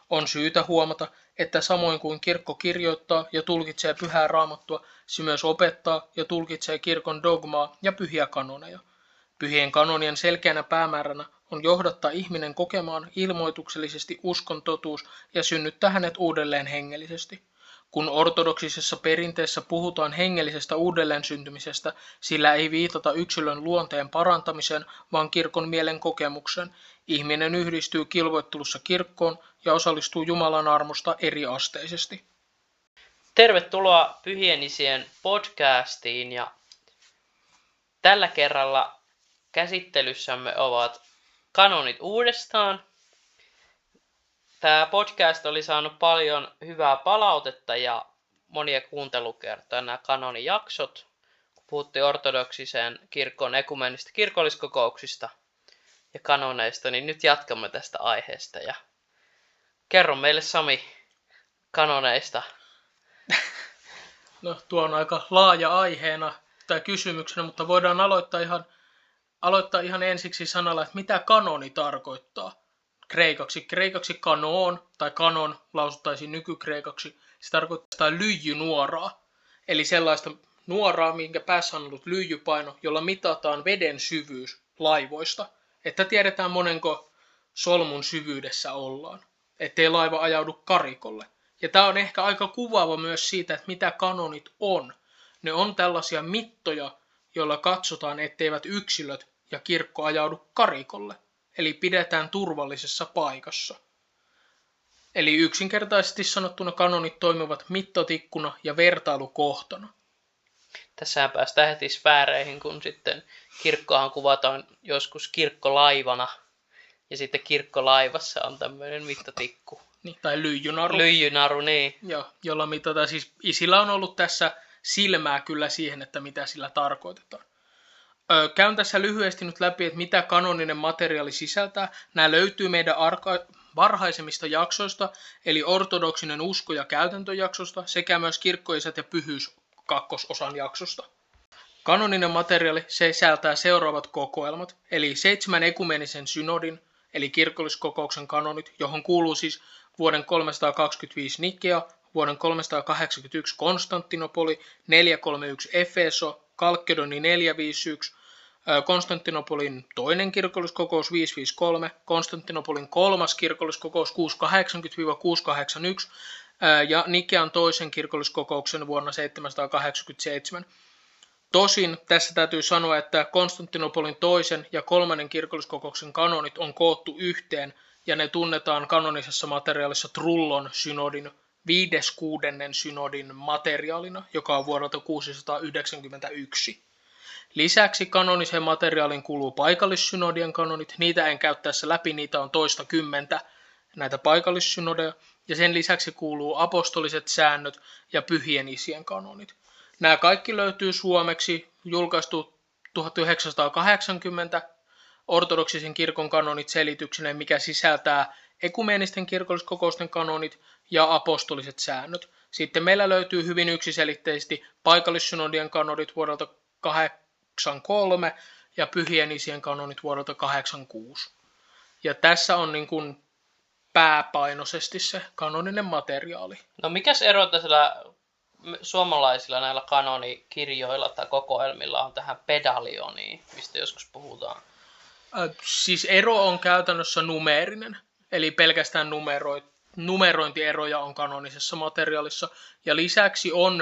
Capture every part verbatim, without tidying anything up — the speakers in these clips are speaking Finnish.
On syytä huomata, että samoin kuin kirkko kirjoittaa ja tulkitsee pyhää raamattua, se myös opettaa ja tulkitsee kirkon dogmaa ja pyhiä kanoneja. Pyhien kanonien selkeänä päämääränä on johdattaa ihminen kokemaan ilmoituksellisesti uskon totuus ja synnyttää hänet uudelleen hengellisesti. Kun ortodoksisessa perinteessä puhutaan hengellisestä uudelleen syntymisestä, sillä ei viitata yksilön luonteen parantamiseen, vaan kirkon mielen kokemukseen. Ihminen yhdistyy kilvoittelussa kirkkoon ja osallistuu Jumalan armosta eriasteisesti. Tervetuloa Pyhien isien podcastiin ja tällä kerralla käsittelyssämme ovat kanonit uudestaan. Tämä podcast oli saanut paljon hyvää palautetta ja monia kuuntelukertoja nämä kanonijaksot, kun puhuttiin ortodoksisen kirkon ekumenista kirkolliskokouksista ja kanoneista, niin nyt jatkamme tästä aiheesta ja kerro meille Sami kanoneista. No tuo on aika laaja aiheena tai kysymyksenä, mutta voidaan aloittaa ihan, aloittaa ihan ensiksi sanalla, että mitä kanoni tarkoittaa. Kreikaksi. Kreikaksi kanoon tai kanon lausuttaisiin nykykreikaksi. Se tarkoittaa lyijynuoraa. Eli sellaista nuoraa, minkä päässä on ollut lyijypaino, jolla mitataan veden syvyys laivoista. Että tiedetään monenko solmun syvyydessä ollaan. Ettei laiva ajaudu karikolle. Ja tämä on ehkä aika kuvaava myös siitä, että mitä kanonit on. Ne on tällaisia mittoja, joilla katsotaan, etteivät yksilöt ja kirkko ajaudu karikolle. Eli pidetään turvallisessa paikassa. Eli yksinkertaisesti sanottuna kanonit toimivat mittatikkuna ja vertailukohtana. Tässähän päästään heti sfääreihin, kun sitten kirkkoahan kuvataan joskus kirkkolaivana. Ja sitten kirkkolaivassa on tämmöinen mittatikku. Niin, tai lyijynaru. Lyijynaru, niin. Joo, jolla mitataan. Siis isillä on ollut tässä silmää kyllä siihen, että mitä sillä tarkoitetaan. Öö, käyn tässä lyhyesti nyt läpi, että mitä kanoninen materiaali sisältää. Nämä löytyy meidän arka- varhaisemmista jaksoista, eli ortodoksinen usko- ja käytäntöjaksosta, sekä myös kirkkoisät ja pyhyys kakkososan jaksosta. Kanoninen materiaali sisältää seuraavat kokoelmat, eli seitsemän ekumenisen synodin, eli kirkolliskokouksen kanonit, johon kuuluu siis vuoden kolmesataakaksikymmentäviisi Nikea, vuoden kolmesataakahdeksankymmentäyksi Konstantinopoli, neljäsataakolmekymmentäyksi Efeso, Kalkkedoni neljäsataaviisikymmentäyksi, Konstantinopolin toinen kirkolliskokous viisisataaviisikymmentäkolme, Konstantinopolin kolmas kirkolliskokous kuusisataakahdeksankymmentä kuusisataakahdeksankymmentäyksi ja Nikean toisen kirkolliskokouksen vuonna seitsemänsataakahdeksankymmentäseitsemän. Tosin tässä täytyy sanoa, että Konstantinopolin toisen ja kolmannen kirkolliskokouksen kanonit on koottu yhteen ja ne tunnetaan kanonisessa materiaalissa Trullon synodin viides kuudennen synodin materiaalina, joka on vuodelta kuusisataayhdeksänkymmentäyksi. Lisäksi kanoniseen materiaalin kuuluu paikallissynodien kanonit. Niitä en käy tässä läpi, niitä on toista kymmentä näitä paikallissynodeja. Ja sen lisäksi kuuluu apostoliset säännöt ja pyhien isien kanonit. Nämä kaikki löytyy suomeksi, julkaistu tuhatyhdeksänsataakahdeksankymmentä ortodoksisen kirkon kanonit selityksineen, mikä sisältää ekumeenisten kirkolliskokousten kanonit ja apostoliset säännöt. Sitten meillä löytyy hyvin yksiselitteisesti paikallissynodien kanonit vuodelta kahdeksankymmentäkolme ja pyhien isien kanonit vuodelta kahdeksankymmentäkuusi. Ja tässä on niin kuin pääpainoisesti se kanoninen materiaali. No mikäs ero tässä suomalaisilla näillä kanonikirjoilla tai kokoelmilla on tähän pedalioniin, mistä joskus puhutaan? Äh, siis ero on käytännössä numeerinen, eli pelkästään numeroi, numerointieroja on kanonisessa materiaalissa. Ja lisäksi on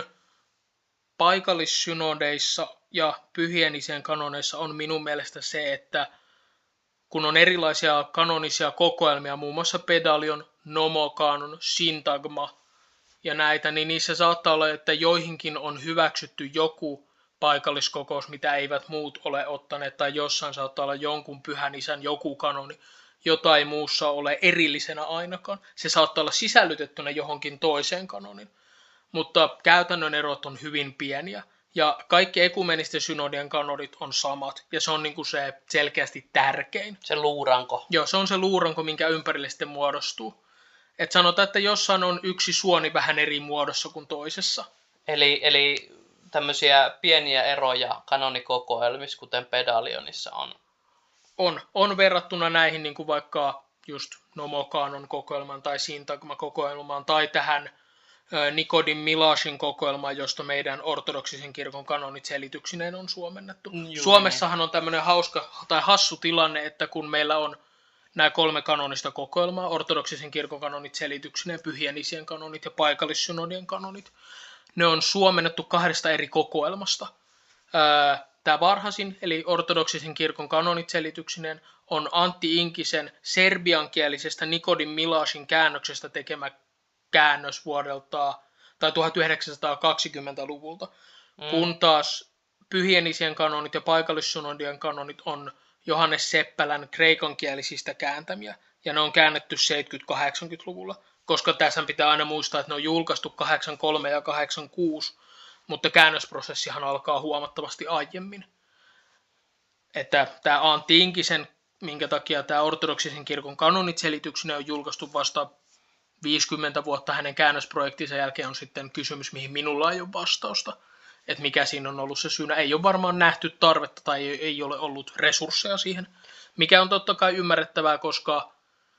paikallissynodeissa ja pyhien isien kanoneissa on minun mielestä se, että kun on erilaisia kanonisia kokoelmia, muun muassa pedalion, nomokanon, syntagma ja näitä, niin niissä saattaa olla, että joihinkin on hyväksytty joku paikalliskokous, mitä eivät muut ole ottaneet, tai jossain saattaa olla jonkun pyhän isän joku kanoni, jota ei muussa ole erillisenä ainakaan. Se saattaa olla sisällytettynä johonkin toiseen kanonin, mutta käytännön erot on hyvin pieniä. Ja kaikki ekumenisten synodien kanonit on samat, ja se on niin kuin se selkeästi tärkein. Se luuranko. Joo, se on se luuranko, minkä ympärille sitten muodostuu. Et sanotaan, että jossain on yksi suoni vähän eri muodossa kuin toisessa. Eli, eli tämmöisiä pieniä eroja kanonikokoelmissa, kuten pedalionissa on. On, on verrattuna näihin niin kuin vaikka just Nomokanon kokoelmaan tai Sintagma-kokoelmaan tai tähän Nikodin Milashin kokoelmaan, josta meidän ortodoksisen kirkon kanonit selityksineen on suomennettu. Juu, Suomessahan on tämmöinen hauska tai hassu tilanne, että kun meillä on nämä kolme kanonista kokoelmaa, ortodoksisen kirkon kanonit selityksineen, pyhien isien kanonit ja paikallissynodien kanonit, ne on suomennettu kahdesta eri kokoelmasta. Tämä varhaisin, eli ortodoksisen kirkon kanonit selityksineen, on Antti Inkisen serbiankielisestä Nikodin Milashin käännöksestä tekemä käännös vuodelta tai tuhatyhdeksänsataakaksikymmentäluvulta, mm. kun taas pyhien isien kanonit ja paikallissynodien kanonit on Johannes Seppälän kreikankielisistä kääntämiä, ja ne on käännetty seitsemänkymmentä-kahdeksankymmentäluvulla, koska tässä pitää aina muistaa, että ne on julkaistu kahdeksankymmentäkolme ja kahdeksankymmentäkuusi, mutta käännösprosessihan alkaa huomattavasti aiemmin. Että tämä Antti Inkisen, minkä takia tämä ortodoksisen kirkon kanonit selityksinä on julkaistu vasta viisikymmentä vuotta hänen käännösprojektinsa jälkeen, on sitten kysymys, mihin minulla ei ole vastausta. Että mikä siinä on ollut se syynä. Ei ole varmaan nähty tarvetta tai ei ole ollut resursseja siihen. Mikä on totta kai ymmärrettävää, koska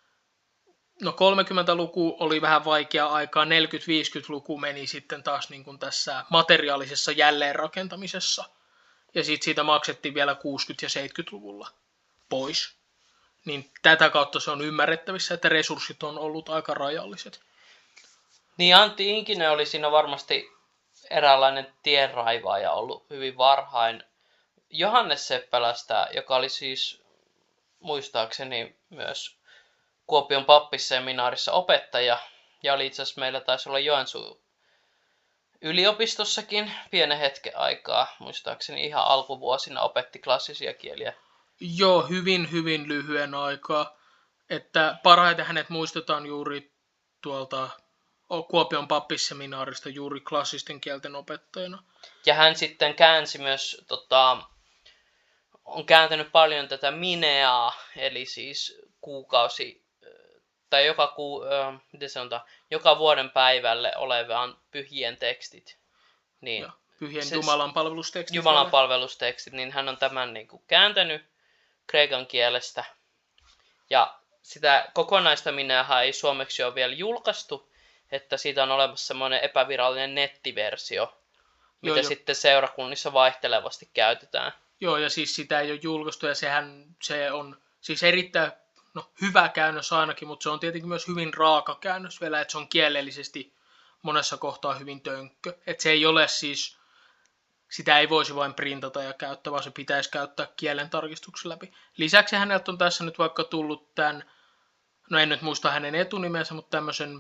no kolmekymmentäluku oli vähän vaikea aikaa, neljäkymmentä-viisikymmentäluku meni sitten taas niin kuin tässä materiaalisessa jälleenrakentamisessa. Ja sitten siitä maksettiin vielä kuusikymmentä- ja seitsemänkymmentäluvulla pois. Niin tätä kautta se on ymmärrettävissä, että resurssit on ollut aika rajalliset. Niin Antti Inkinen oli siinä varmasti eräänlainen tienraivaaja ollut hyvin varhain. Johannes Seppälästä, joka oli siis muistaakseni myös Kuopion pappisseminaarissa opettaja, ja oli itse asiassa meillä taisi olla Joensuun yliopistossakin pienen hetken aikaa, muistaakseni ihan alkuvuosina opetti klassisia kieliä. Joo, hyvin, hyvin lyhyen aikaa. Että parhaiten hänet muistetaan juuri tuolta Kuopion pappisseminaarista juuri klassisten kielten opettajana. Ja hän sitten käänsi myös, tota, on kääntänyt paljon tätä Mineaa, eli siis kuukausi, tai joka, kuu, äh, miten sanotaan, joka vuoden päivälle olevan pyhien tekstit. Niin, ja, pyhien Jumalan palvelustekstit. Jumalan palvelustekstit, niin hän on tämän niin kuin kääntänyt kreikan kielestä. Ja sitä kokonaista Mineaa ei suomeksi ole vielä julkaistu, että siitä on olemassa semmoinen epävirallinen nettiversio, mitä joo, sitten seurakunnissa vaihtelevasti käytetään. Joo, ja siis sitä ei ole julkaistu, ja sehän se on siis erittäin no, hyvä käännös ainakin, mutta se on tietenkin myös hyvin raaka käännös vielä, että se on kielellisesti monessa kohtaa hyvin tönkkö. Että se ei ole siis, sitä ei voisi vain printata ja käyttää, vaan se pitäisi käyttää kielen tarkistuksen läpi. Lisäksi häneltä on tässä nyt vaikka tullut tämän, no en nyt muista hänen etunimensä, mutta tämmöisen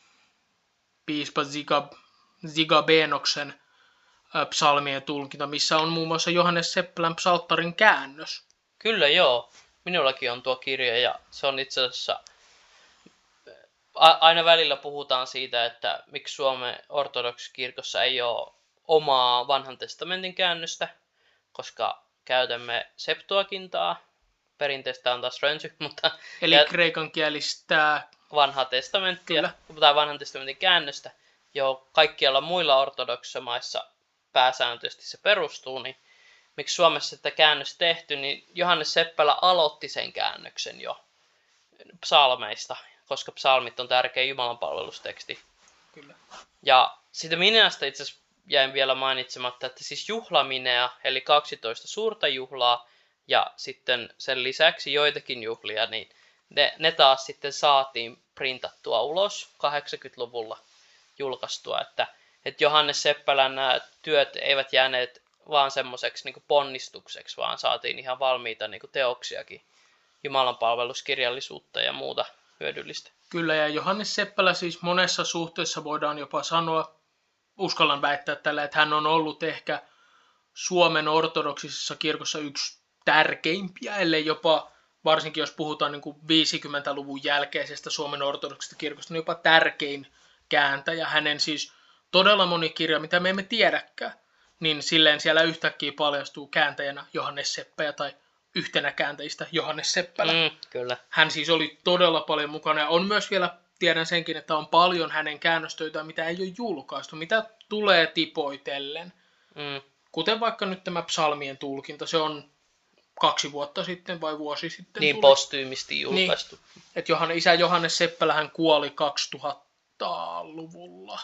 piispa Ziga Benoksen psalmien tulkinta, missä on muun muassa Johannes Seppälän psalttarin käännös. Kyllä joo, minullakin on tuo kirja ja se on itse asiassa, aina välillä puhutaan siitä, että miksi Suomen ortodoksikirkossa ei ole omaa vanhan testamentin käännöstä, koska käytämme Septuagintaa, perinteistä on taas rönsy, mutta... Eli kreikankielistä... Vanhaa testamenttia, Kyllä. tai vanhan testamentin käännöstä, jo kaikkialla muilla ortodoksissa maissa pääsääntöisesti se perustuu, niin miksi Suomessa tätä käännöstä tehty, niin Johannes Seppälä aloitti sen käännöksen jo psalmeista, koska psalmit on tärkeä jumalanpalvelusteksti. Kyllä. Ja siitä Mineasta itse asiassa jäin vielä mainitsematta, että siis juhlaminea, eli kaksitoista suurta juhlaa, ja sitten sen lisäksi joitakin juhlia, niin ne, ne taas sitten saatiin printattua ulos kahdeksankymmentäluvulla julkaistua, että, että Johannes Seppälän nämä työt eivät jääneet vaan semmoiseksi niin ponnistukseksi, vaan saatiin ihan valmiita niin teoksiakin, jumalanpalveluskirjallisuutta ja muuta hyödyllistä. Kyllä, ja Johannes Seppälä siis monessa suhteessa voidaan jopa sanoa, uskallan väittää tällä, että hän on ollut ehkä Suomen ortodoksisessa kirkossa yksi tärkeimpiä, ellei jopa, varsinkin jos puhutaan niin kuin viisikymmentäluvun jälkeisestä Suomen ortodoksisesta kirkosta, niin jopa tärkein kääntäjä. Hänen siis todella moni kirja, mitä me emme tiedäkään, niin silleen siellä yhtäkkiä paljastuu kääntäjänä Johannes Seppälä tai yhtenä kääntäjistä Johannes Seppälä. Mm, kyllä. Hän siis oli todella paljon mukana ja on myös vielä, tiedän senkin, että on paljon hänen käännöstöitään, mitä ei ole julkaistu, mitä tulee tipoitellen. Mm. Kuten vaikka nyt tämä psalmien tulkinta, se on kaksi vuotta sitten vai vuosi sitten Niin tuli. postyymisti julkaistu. Niin, että Johan, isä Johannes Seppälähän kuoli kaksituhattaluvulla.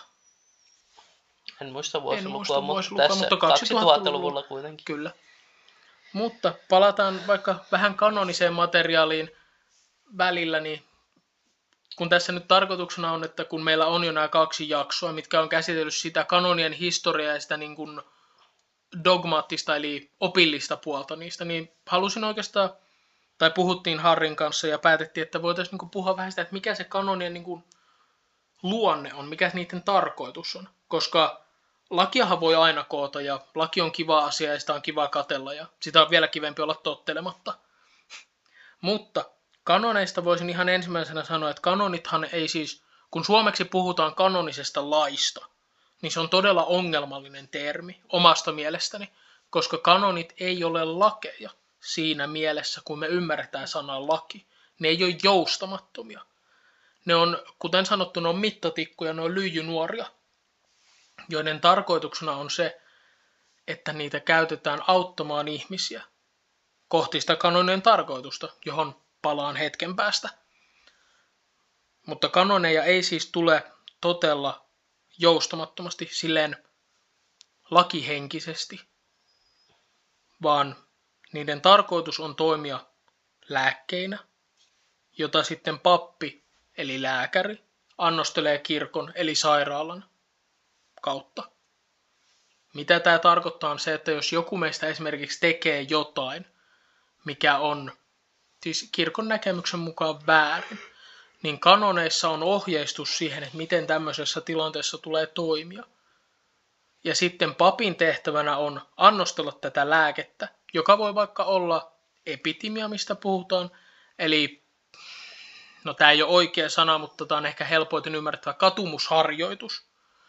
En muista vuosilukua, En muista mutta vuosilukua, tässä mutta kaksituhattaluvulla kuitenkin. Kyllä. Mutta palataan vaikka vähän kanoniseen materiaaliin välillä, niin kun tässä nyt tarkoituksena on, että kun meillä on jo nämä kaksi jaksoa, mitkä on käsitellyt sitä kanonien historiaa ja sitä niin kuin dogmaattista eli opillista puolta niistä, niin halusin oikeastaan, tai puhuttiin Harrin kanssa ja päätettiin, että voitaisiin niin kuin puhua vähän sitä, että mikä se kanonien niin kuin luonne on, mikä niiden tarkoitus on. Koska lakiahan voi aina koota ja laki on kiva asia ja sitä on kiva katella ja sitä on vielä kivempi olla tottelematta. Mutta kanoneista voisin ihan ensimmäisenä sanoa, että kanonithan ei siis, kun suomeksi puhutaan kanonisesta laista, niin se on todella ongelmallinen termi omasta mielestäni, koska kanonit ei ole lakeja siinä mielessä, kun me ymmärretään sanan laki. Ne ei ole joustamattomia. Ne on, kuten sanottu, ne on mittatikkuja, ne on lyijynuoria, joiden tarkoituksena on se, että niitä käytetään auttamaan ihmisiä kohti sitä kanonien tarkoitusta, johon palaan hetken päästä. Mutta kanoneja ei siis tule totella joustamattomasti silleen lakihenkisesti, vaan niiden tarkoitus on toimia lääkkeinä, jota sitten pappi eli lääkäri annostelee kirkon eli sairaalan kautta. Mitä tämä tarkoittaa on se, että jos joku meistä esimerkiksi tekee jotain, mikä on siis kirkon näkemyksen mukaan väärin, niin kanoneissa on ohjeistus siihen, että miten tämmöisessä tilanteessa tulee toimia. Ja sitten papin tehtävänä on annostella tätä lääkettä, joka voi vaikka olla epitimia, mistä puhutaan, eli no tämä ei ole oikea sana, mutta tämä on ehkä helpoiten ymmärrettävä katumusharjoitus,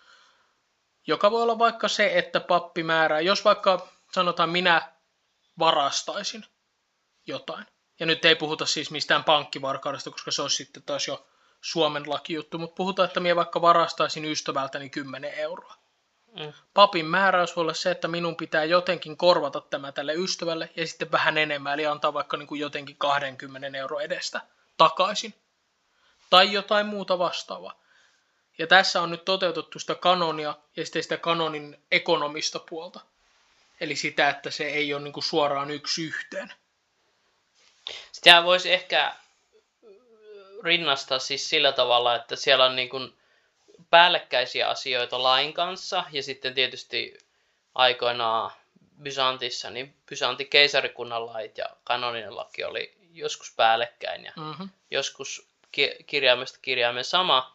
joka voi olla vaikka se, että pappi määrää, jos vaikka sanotaan minä varastaisin jotain. Ja nyt ei puhuta siis mistään pankkivarkaudesta, koska se olisi sitten taas jo Suomen lakijuttu, mutta puhutaan, että minä vaikka varastaisin ystävältäni kymmenen euroa. Mm. Papin määräys voi olla se, että minun pitää jotenkin korvata tämä tälle ystävälle ja sitten vähän enemmän, eli antaa vaikka niin kuin jotenkin kaksikymmentä euroa edestä takaisin. Tai jotain muuta vastaavaa. Ja tässä on nyt toteutettu sitä kanonia ja sitten sitä kanonin ekonomista puolta. Eli sitä, että se ei ole niin kuin suoraan yksi yhteen. Sitä voisi ehkä rinnastaa siis sillä tavalla, että siellä on niin kuin päällekkäisiä asioita lain kanssa ja sitten tietysti aikoinaan Byzantissa, niin Byzantin keisarikunnan lait ja kanoninen laki oli joskus päällekkäin ja mm-hmm. joskus ki- kirjaimesta kirjaimen sama.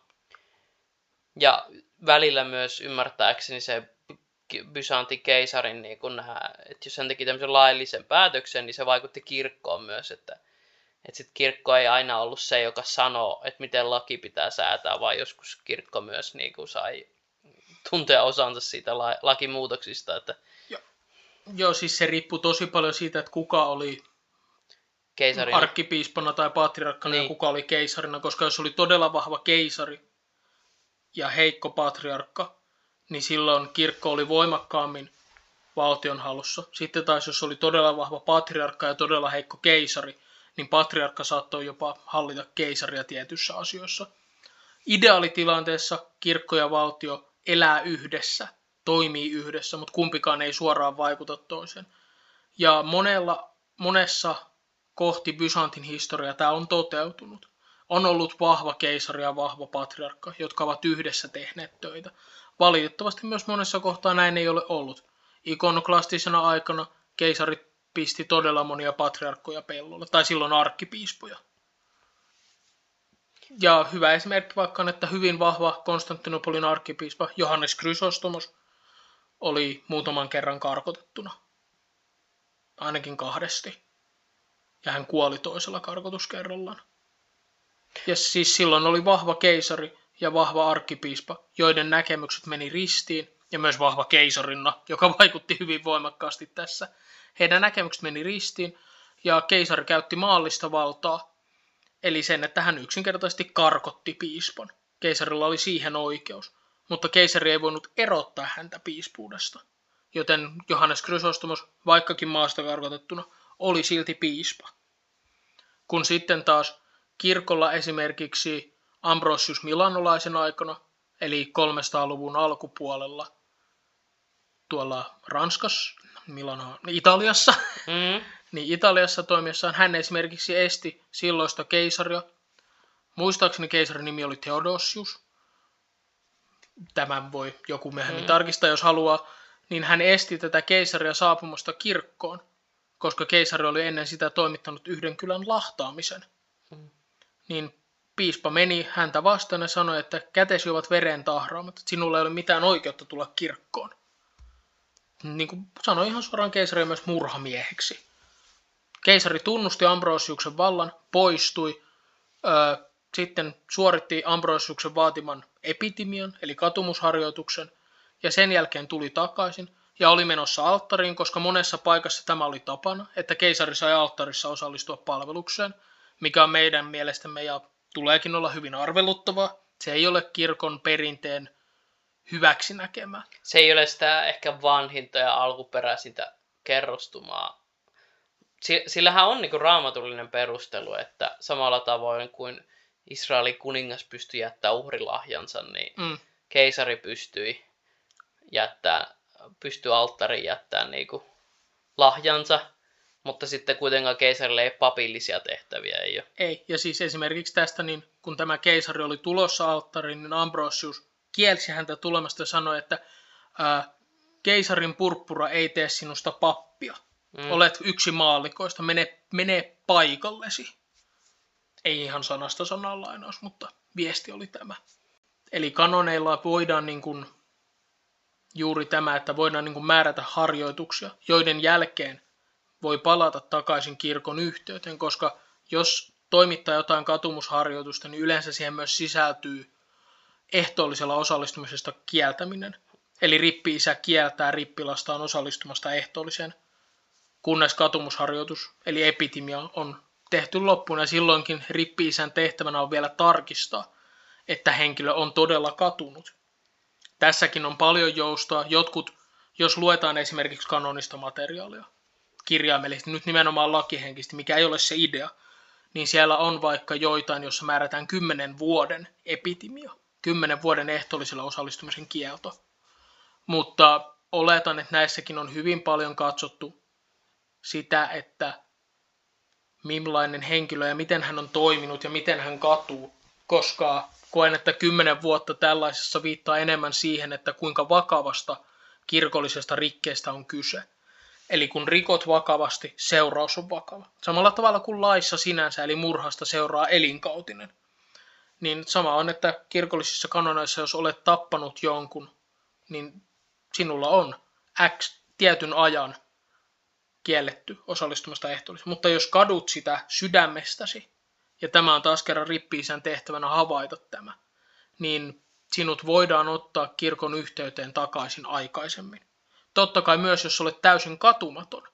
Ja välillä myös ymmärtääkseni se Byzantin keisarin, niin kun nämä, että jos hän teki tämmöisen laillisen päätöksen, niin se vaikutti kirkkoon myös, että, että sit kirkko ei aina ollut se, joka sanoo, että miten laki pitää säätää, vaan joskus kirkko myös niin kuin sai tuntea osansa siitä la- lakimuutoksista. Että Joo. Joo, siis se riippuu tosi paljon siitä, että kuka oli keisarina, arkkipiispana tai patriarkkana niin. Ja kuka oli keisarina, koska jos oli todella vahva keisari ja heikko patriarkka, niin silloin kirkko oli voimakkaammin valtion hallussa. Sitten taas jos oli todella vahva patriarkka ja todella heikko keisari, niin patriarkka saattoi jopa hallita keisaria tietyissä asioissa. Ideaalitilanteessa kirkko ja valtio elää yhdessä, toimii yhdessä, mutta kumpikaan ei suoraan vaikuta toiseen. Ja monella, monessa kohti Byzantin historiaa tämä on toteutunut. On ollut vahva keisari ja vahva patriarkka, jotka ovat yhdessä tehneet töitä. Valitettavasti myös monessa kohtaa näin ei ole ollut. Ikonoklastisena aikana keisarit pisti todella monia patriarkkoja pellolle, tai silloin arkkipiispoja. Ja hyvä esimerkki vaikka on, että hyvin vahva Konstantinopolin arkkipiispa Johannes Chrysostomos oli muutaman kerran karkotettuna. Ainakin kahdesti. Ja hän kuoli toisella karkotuskerrallaan. Ja siis silloin oli vahva keisari ja vahva arkkipiispa, joiden näkemykset meni ristiin, ja myös vahva keisarinna, joka vaikutti hyvin voimakkaasti tässä. Heidän näkemykset meni ristiin, ja keisari käytti maallista valtaa, eli sen, että hän yksinkertaisesti karkotti piispan. Keisarilla oli siihen oikeus, mutta keisari ei voinut erottaa häntä piispuudesta. Joten Johannes Chrysostomos, vaikkakin maasta karkotettuna, oli silti piispa. Kun sitten taas kirkolla esimerkiksi Ambrosius Milanolaisen aikana, eli kolmesataaluvun alkupuolella tuolla Ranskassa, Milano, Italiassa, Mm. niin Italiassa toimiessaan hän esimerkiksi esti silloista keisaria. Muistaakseni keisarin nimi oli Theodosius. Tämän voi joku myöhemmin Mm. tarkistaa, jos haluaa. Niin hän esti tätä keisaria saapumasta kirkkoon, koska keisari oli ennen sitä toimittanut yhden kylän lahtaamisen. Mm. Niin piispa meni häntä vastaan ja sanoi, että kätesi ovat veren tahraamat, että sinulla ei ole mitään oikeutta tulla kirkkoon. Niin kuin sanoi ihan suoraan keisaria myös murhamieheksi. Keisari tunnusti Ambrosiuksen vallan, poistui, öö, sitten suoritti Ambrosiuksen vaatiman epitimian, eli katumusharjoituksen, ja sen jälkeen tuli takaisin ja oli menossa alttariin, koska monessa paikassa tämä oli tapana, että keisari sai alttarissa osallistua palvelukseen, mikä on meidän mielestämme ja tuleekin olla hyvin arveluttavaa. Se ei ole kirkon perinteen hyväksi näkemää. Se ei ole sitä ehkä vanhinta ja alkuperäisintä kerrostumaa. Sillähän on niinku raamatullinen perustelu, että samalla tavoin kuin Israelin kuningas pystyi jättää uhrilahjansa, niin Mm. keisari pystyi jättää, pystyi alttariin jättämään niinku lahjansa, mutta sitten kuitenkaan keisarille ei papillisia tehtäviä ei ole. Ei, ja siis esimerkiksi tästä, niin kun tämä keisari oli tulossa alttariin, niin Ambrosius kielsi häntä tulemasta ja sanoi, että ää, keisarin purppura ei tee sinusta pappia. Mm. Olet yksi maallikoista, mene, mene paikallesi. Ei ihan sanasta sanaan lainaus, mutta viesti oli tämä. Eli kanoneilla voidaan niin kuin, juuri tämä, että voidaan niin kuin määrätä harjoituksia, joiden jälkeen voi palata takaisin kirkon yhteyteen, koska jos toimittaa jotain katumusharjoitusta, niin yleensä siihen myös sisältyy ehtoollisella osallistumisesta kieltäminen. Eli rippi-isä kieltää rippilastaan osallistumasta ehtoolliseen, kunnes katumusharjoitus, eli epitimia, on tehty loppuun. Ja silloinkin rippi-isän tehtävänä on vielä tarkistaa, että henkilö on todella katunut. Tässäkin on paljon joustoa. Jotkut, jos luetaan esimerkiksi kanonista materiaalia, kirjaimellisesti, nyt nimenomaan lakihenkisesti, mikä ei ole se idea, niin siellä on vaikka joitain, jossa määrätään kymmenen vuoden epitimia, kymmenen vuoden ehtoollisella osallistumisen kielto. Mutta oletan, että näissäkin on hyvin paljon katsottu sitä, että millainen henkilö ja miten hän on toiminut ja miten hän katuu, koska koen, että kymmenen vuotta tällaisessa viittaa enemmän siihen, että kuinka vakavasta kirkollisesta rikkeestä on kyse. Eli kun rikot vakavasti, seuraus on vakava. Samalla tavalla kuin laissa sinänsä, eli murhasta seuraa elinkautinen. Niin sama on, että kirkollisissa kanoneissa, jos olet tappanut jonkun, niin sinulla on X tietyn ajan kielletty osallistumasta ehtoolliseen. Mutta jos kadut sitä sydämestäsi, ja tämä on taas kerran rippi-isän tehtävänä havaita tämä, niin sinut voidaan ottaa kirkon yhteyteen takaisin aikaisemmin. Totta kai myös, jos olet täysin katumaton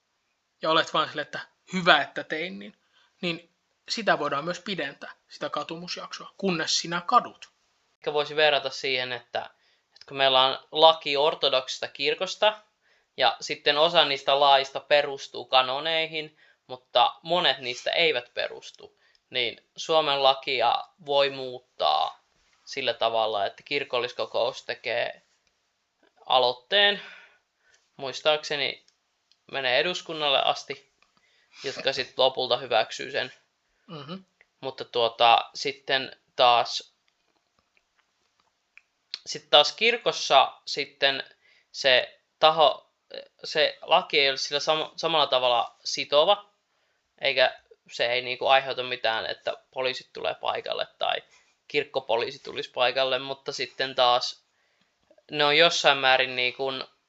ja olet vain sille, että hyvä, että tein, niin, niin sitä voidaan myös pidentää, sitä katumusjaksoa, kunnes sinä kadut. Ehkä voisi verrata siihen, että, että kun meillä on laki ortodoksista kirkosta, ja sitten osa niistä laista perustuu kanoneihin, mutta monet niistä eivät perustu, niin Suomen lakia voi muuttaa sillä tavalla, että kirkolliskokous tekee aloitteen, muistaakseni menee eduskunnalle asti, jotka sitten lopulta hyväksyy sen. Mm-hmm. Mutta tuota, sitten taas, sitten taas kirkossa sitten se taho, se laki ei ole sillä sam- samalla tavalla sitova, eikä se ei niinku aiheuta mitään, että poliisit tulee paikalle tai kirkkopoliisi tulisi paikalle, mutta sitten taas ne on jossain määrin niinku,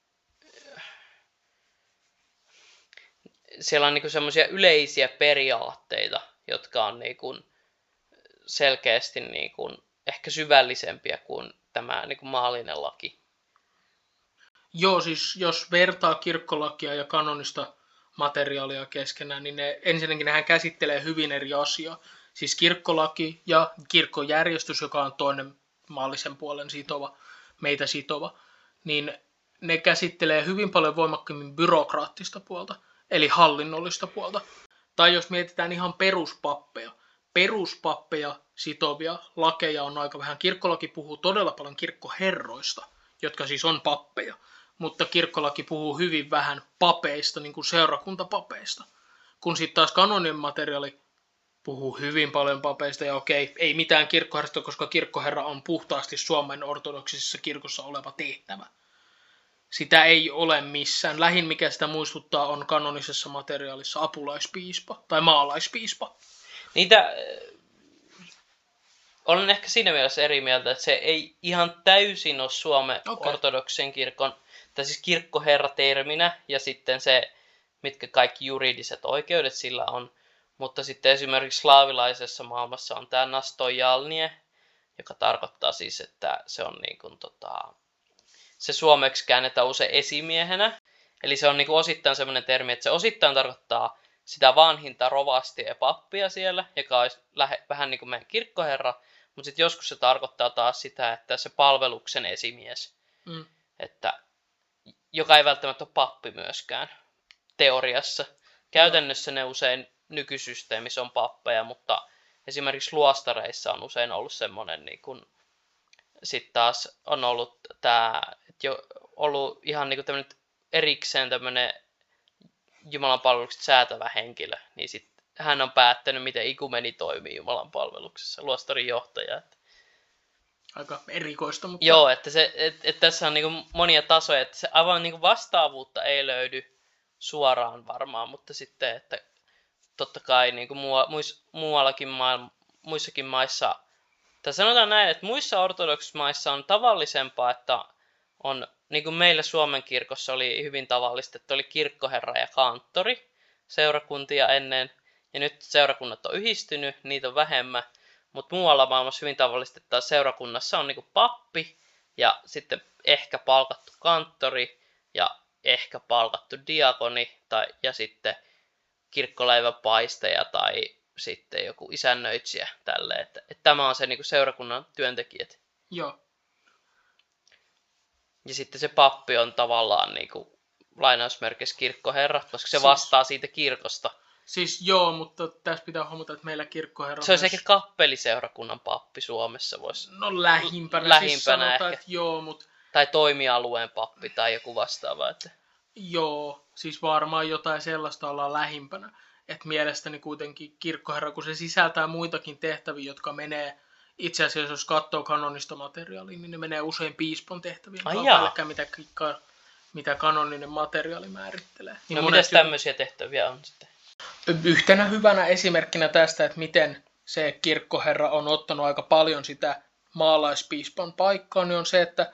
siellä on niinku semmoisia yleisiä periaatteita, jotka on niinku selkeästi niinku ehkä syvällisempiä kuin tämä niinku maallinen laki. Joo, siis jos vertaa kirkkolakia ja kanonista materiaalia keskenään, niin ne, ensinnäkin nehän käsittelee hyvin eri asiaa. Siis kirkkolaki ja kirkkojärjestys, joka on toinen maallisen puolen sitova, meitä sitova, niin ne käsittelee hyvin paljon voimakkaammin byrokraattista puolta. eli hallinnollista puolta. Tai jos mietitään ihan peruspappeja, peruspappeja sitovia lakeja on aika vähän. Kirkkolaki puhuu todella paljon kirkkoherroista, jotka siis on pappeja, mutta kirkkolaki puhuu hyvin vähän papeista, niin kuin seurakuntapapeista. Kun sitten taas kanonin materiaali puhuu hyvin paljon papeista, ja okei, ei mitään kirkkoherrasta, koska kirkkoherra on puhtaasti Suomen ortodoksisessa kirkossa oleva tehtävä. Sitä ei ole missään. Lähin mikä sitä muistuttaa on kanonisessa materiaalissa apulaispiispa tai maalaispiispa. Niitä olen ehkä siinä mielessä eri mieltä, että se ei ihan täysin ole Suomen Okei. ortodoksen kirkon, tai siis kirkkoherra-terminä, ja sitten se, mitkä kaikki juridiset oikeudet sillä on. Mutta sitten esimerkiksi slaavilaisessa maailmassa on tämä nastojalnie, joka tarkoittaa siis, että se on niin kuin, tota, se suomeksi käännetään usein esimiehenä. Eli se on niin kuin osittain sellainen termi, että se osittain tarkoittaa sitä vanhinta rovastia ja pappia siellä, joka olisi lähe, vähän niin kuin meidän kirkkoherra, mutta sitten joskus se tarkoittaa taas sitä, että se palveluksen esimies, Mm. että, joka ei välttämättä ole pappi myöskään teoriassa. Käytännössä ne usein nykysysteemissä on pappeja, mutta esimerkiksi luostareissa on usein ollut semmoinen, niin kuin, sitten taas on ollut tämä, jo ollut ihan niin kuin tämmöinen erikseen tämmöinen Jumalan palveluksesta säätävä henkilö, niin sitten hän on päättänyt, miten ikumeni toimii Jumalan palveluksessa, luostarin johtaja. Että Aika erikoista, mutta... joo, että, se, että, että tässä on niin monia tasoja, että se aivan niin vastaavuutta ei löydy suoraan varmaan, mutta sitten, että totta kai niin muis, muuallakin maailma, muissakin maissa, tai sanotaan näin, että muissa ortodoksissa maissa on tavallisempaa, että on, niin kuin meillä Suomen kirkossa oli hyvin tavallista, että oli kirkkoherra ja kanttori seurakuntia ennen, ja nyt seurakunnat on yhdistynyt, niitä on vähemmän, mutta muualla maailmassa hyvin tavallista, että seurakunnassa on niin kuin pappi, ja sitten ehkä palkattu kanttori, ja ehkä palkattu diakoni, tai, ja sitten kirkkoleivänpaistaja tai sitten joku isännöitsijä tälleen, että, että tämä on se niin kuin seurakunnan työntekijät. Joo. Ja sitten se pappi on tavallaan niin kuin lainausmerkeissä kirkkoherra, koska se Siis- vastaa siitä kirkosta. Siis joo, mutta tässä pitää huomata, että meillä kirkkoherra... Se olisi myös- ehkä kappeliseurakunnan pappi Suomessa voisi. No lähimpänä, Lähimpänä siis sanotaan, ehkä. että joo, mutta Tai toimialueen pappi tai joku vastaava. Että joo, siis varmaan jotain sellaista ollaan lähimpänä. Että mielestäni kuitenkin kirkkoherra, kun se sisältää muitakin tehtäviä, jotka menee, itse asiassa jos katsoo kanonista materiaalia, niin ne menee usein piispon tehtäviin. Ai Ai jaa. päällekkäin, mitä, ka- mitä kanoninen materiaali määrittelee. Niin no monet mitäs jutut- tämmöisiä tehtäviä on sitten? Yhtenä hyvänä esimerkkinä tästä, että miten se kirkkoherra on ottanut aika paljon sitä maalaispiispan paikkaa, niin on se, että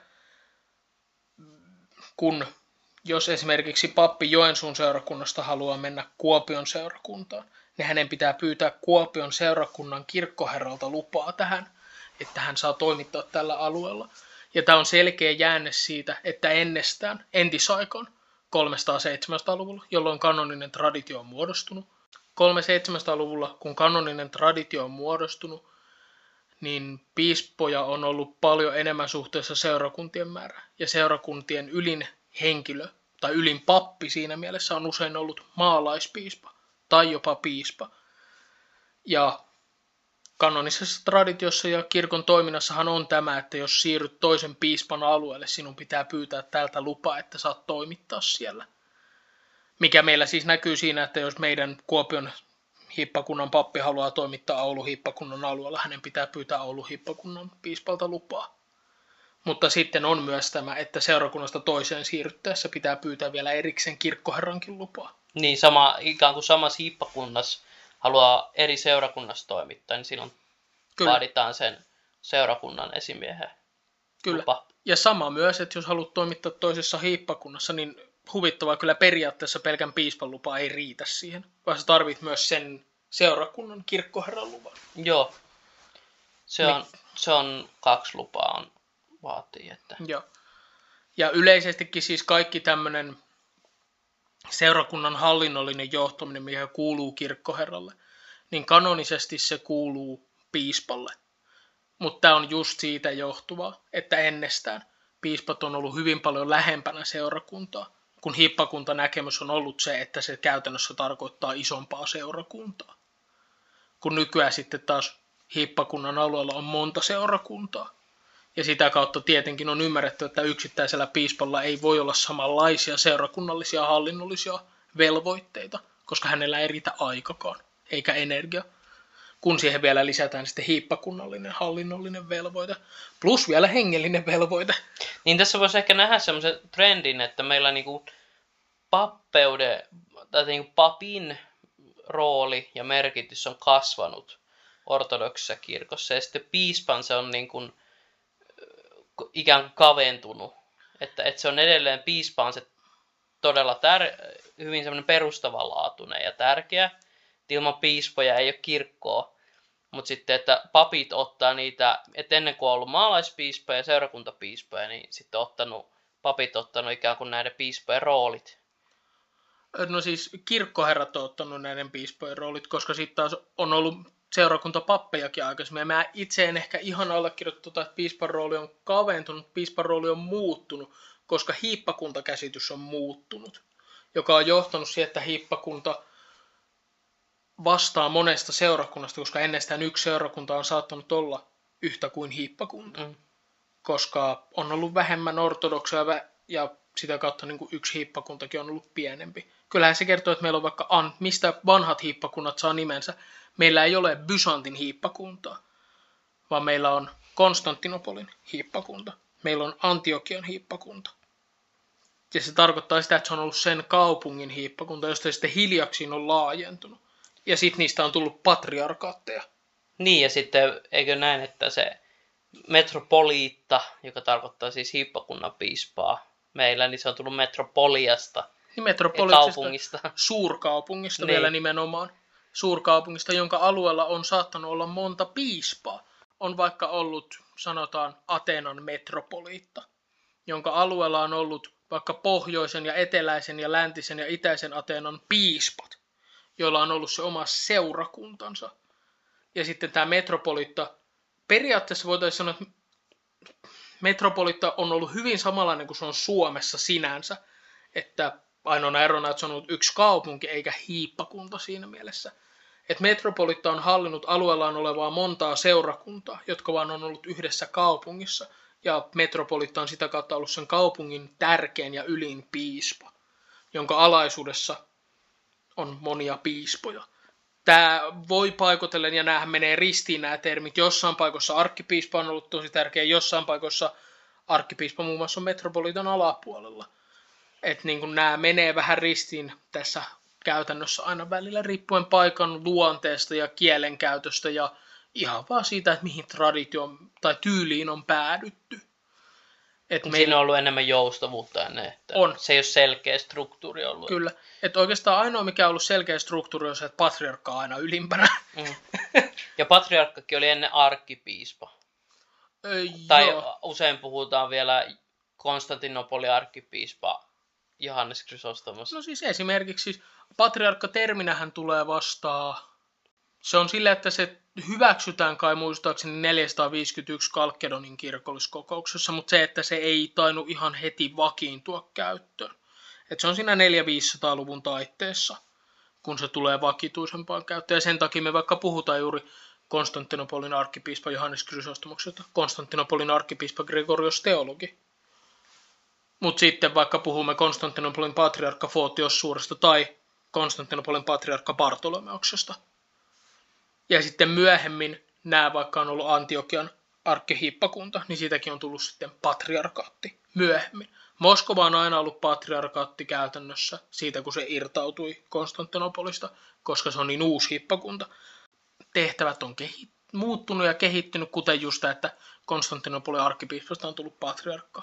kun jos esimerkiksi pappi Joensuun seurakunnasta haluaa mennä Kuopion seurakuntaan, niin hänen pitää pyytää Kuopion seurakunnan kirkkoherralta lupaa tähän, että hän saa toimittaa tällä alueella. Ja tämä on selkeä jäänne siitä, että ennestään, entisaikaan, kolmesataaseitsemänkymmentäluvulla, jolloin kanoninen traditio on muodostunut. kolmesataaseitsemänkymmentäluvulla, kun kanoninen traditio on muodostunut, niin piispoja on ollut paljon enemmän suhteessa seurakuntien määrään. Ja seurakuntien ylin henkilö tai ylin pappi siinä mielessä on usein ollut maalaispiispa tai jopa piispa. Ja kanonisessa traditiossa ja kirkon toiminnassahan on tämä, että jos siirryt toisen piispan alueelle, sinun pitää pyytää tältä lupa, että saat toimittaa siellä. Mikä meillä siis näkyy siinä, että jos meidän Kuopion hiippakunnan pappi haluaa toimittaa Oulun hiippakunnan alueella, hänen pitää pyytää Oulun hiippakunnan piispalta lupaa. Mutta sitten on myös tämä, että seurakunnasta toiseen siirryttäessä pitää pyytää vielä erikseen kirkkoherrankin lupaa. Niin sama, ikään kuin samassa hiippakunnassa haluaa eri seurakunnassa toimittaa, niin silloin Kyllä, vaaditaan sen seurakunnan esimiehen kyllä. lupa. Ja sama myös, että jos haluat toimittaa toisessa hiippakunnassa, niin huvittavaa kyllä periaatteessa pelkän piispan lupa ei riitä siihen, vaan sä tarvit myös sen seurakunnan kirkkoherran luvan. Joo. Se Niin. on, se on kaksi lupaa on vaatii, että Joo. Ja yleisestikin siis kaikki tämmöinen seurakunnan hallinnollinen johtaminen, mikä kuuluu kirkkoherralle, niin kanonisesti se kuuluu piispalle. Mutta tämä on just siitä johtuvaa, että ennestään piispat on ollut hyvin paljon lähempänä seurakuntaa kun hiippakuntanäkemys on ollut se, että se käytännössä tarkoittaa isompaa seurakuntaa. Kun nykyään sitten taas hiippakunnan alueella on monta seurakuntaa. Ja sitä kautta tietenkin on ymmärretty, että yksittäisellä piispalla ei voi olla samanlaisia seurakunnallisia hallinnollisia velvoitteita, koska hänellä ei riitä aikakaan, eikä energia. Kun siihen vielä lisätään sitten hiippakunnallinen hallinnollinen velvoite, plus vielä hengellinen velvoite. Niin tässä voisi ehkä nähdä semmoisen trendin, että meillä niinku pappeuden, tai niinku papin rooli ja merkitys on kasvanut ortodoksissa kirkossa, ja sitten piispan se on niin kuin ikään kuin kaventunut. Että, että se on edelleen, piispa on se todella tär- hyvin semmoinen perustavanlaatuinen ja tärkeä. Ilman piispoja ei ole kirkkoa. Mutta sitten, että papit ottaa niitä, että ennen kuin on ollut maalaispiispoja ja seurakuntapiispoja, niin sitten ottanut, papit ottanut ikään kuin näiden piispojen roolit. No siis kirkkoherrat on ottanut näiden piispojen roolit, koska sitten taas on ollut seurakuntapappejakin aikaisemmin. Mä itse en ehkä ihan allekirjoittaa, että piispan rooli on kaventunut, piispan rooli on muuttunut, koska hiippakuntakäsitys on muuttunut, joka on johtanut siihen, että hiippakunta vastaa monesta seurakunnasta, koska ennestään yksi seurakunta on saattanut olla yhtä kuin hiippakunta, mm. koska on ollut vähemmän ortodoksia ja sitä kautta niin kuin yksi hiippakuntakin on ollut pienempi. Kyllähän se kertoo, että meillä on vaikka, mistä vanhat hiippakunnat saa nimensä. Meillä ei ole Byzantin hiippakuntaa, vaan meillä on Konstantinopolin hiippakunta. Meillä on Antiokian hiippakunta. Ja se tarkoittaa sitä, että se on ollut sen kaupungin hiippakunta, josta sitten hiljaksiin on laajentunut. Ja sitten niistä on tullut patriarkaatteja. Niin, ja sitten eikö näin, että se metropoliitta, joka tarkoittaa siis hiippakunnan piispaa meillä, niin se on tullut metropoliasta. Niin metropoliittisesta suurkaupungista niin. Vielä nimenomaan. Suurkaupungista, jonka alueella on saattanut olla monta piispaa. On vaikka ollut, sanotaan, Ateenan metropoliitta, jonka alueella on ollut vaikka pohjoisen ja eteläisen ja läntisen ja itäisen Ateenan piispat, joilla on ollut se oma seurakuntansa. Ja sitten tämä metropoliitta, periaatteessa voitaisiin sanoa, että metropoliitta on ollut hyvin samanlainen kuin se on Suomessa sinänsä, että ainoana erona, että se on ollut yksi kaupunki eikä hiippakunta siinä mielessä. Että metropolitta on hallinnut alueellaan olevaa montaa seurakuntaa, jotka vaan on ollut yhdessä kaupungissa. Ja metropolitta on sitä kautta ollut sen kaupungin tärkein ja ylin piispa, jonka alaisuudessa on monia piispoja. Tämä voi paikotellen, ja näähän menee ristiin nämä termit. Jossain paikoissa arkkipiispa on ollut tosi tärkeä, jossain paikoissa arkkipiispa muun muassa on metropolitan alapuolella. Että niin nämä menee vähän ristiin tässä käytännössä aina välillä riippuen paikan luonteesta ja kielenkäytöstä ja ihan vaan siitä, että mihin traditioon tai tyyliin on päädytty. Et meillä... Siinä on ollut enemmän joustavuutta ennen, että on. Se ei ole selkeä struktuuri ollut. Kyllä. Että oikeastaan ainoa, mikä on ollut selkeä struktuuri, on se, että patriarkka on aina ylimpänä. Mm. Ja patriarkkakin oli ennen arkkipiispa. Öö, tai joo. Usein puhutaan vielä Konstantinopolin arkkipiispa Johannes Chrysostomos. No siis esimerkiksi siis patriarkka-terminähän tulee vastaan. Se on sillä, että se hyväksytään kai muistaakseni neljäsataaviisikymmentäyksi Kalkkedonin kirkolliskokouksessa, mutta se, että se ei tainnut ihan heti vakiintua käyttöön. Et se on siinä neljäsataa-viisisataa-luvun taitteessa, kun se tulee vakituisempaan käyttöön. Ja sen takia me vaikka puhutaan juuri Konstantinopolin arkkipiispa Johannes Chrysostomoksesta, Konstantinopolin arkkipiispa Gregorios Theologi. Mutta sitten vaikka puhumme Konstantinopolin patriarkka Fotios Suuresta tai Konstantinopolin patriarkka Bartolomeuksesta. Ja sitten myöhemmin nämä vaikka on ollut Antiokian arkkihiippakunta, niin siitäkin on tullut sitten patriarkaatti myöhemmin. Moskova on aina ollut patriarkaatti käytännössä siitä, kun se irtautui Konstantinopolista, koska se on niin uusi hiippakunta. Tehtävät on kehi- muuttunut ja kehittynyt, kuten just että Konstantinopolin arkkipiispasta on tullut patriarkka.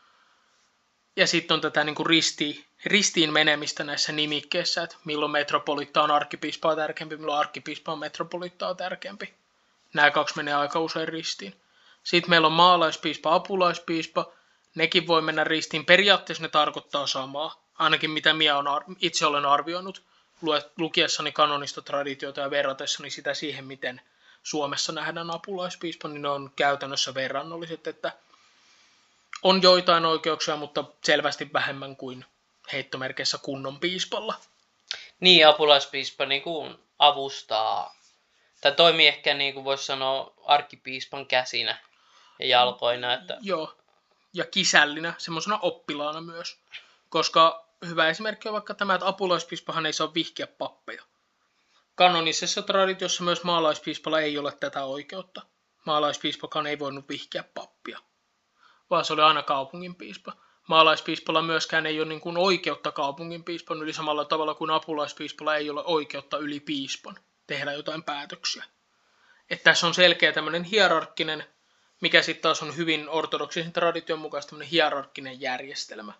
Ja sitten on tätä niin kuin ristiin, ristiin menemistä näissä nimikkeissä, että milloin metropolitta on arkkipiispaa tärkeämpi, milloin arkkipiispa on metropolittaa tärkeämpi. Nämä kaksi menee aika usein ristiin. Sitten meillä on maalaispiispa, apulaispiispa. Nekin voi mennä ristiin. Periaatteessa ne tarkoittaa samaa, ainakin mitä minä itse olen arvioinut lukiessani kanonista traditiota ja verratessani sitä siihen, miten Suomessa nähdään apulaispiispa, niin ne on käytännössä verrannolliset, että on joitain oikeuksia, mutta selvästi vähemmän kuin heittomerkeissä kunnon piispalla. Niin, apulaispiispa niin kuin avustaa, tai toimii ehkä niin kuin voisi sanoa arkkipiispan käsinä ja jalkoina. Että... Joo, ja kisällinä, semmoisena oppilaana myös. Koska hyvä esimerkki on vaikka tämä, että apulaispiispahan ei saa vihkiä pappeja. Kanonisessa traditiossa myös maalaispiispalla ei ole tätä oikeutta. Maalaispiispakaan ei voinut vihkiä pappia, vaan se oli aina kaupunginpiispa. Maalaispiispalla myöskään ei ole niin kuin oikeutta kaupunginpiispan yli samalla tavalla kuin apulaispiispalla ei ole oikeutta yli piispan tehdä jotain päätöksiä. Että tässä on selkeä tämmöinen hierarkkinen, mikä sitten taas on hyvin ortodoksisen tradition mukaisesti tämmöinen hierarkkinen järjestelmä.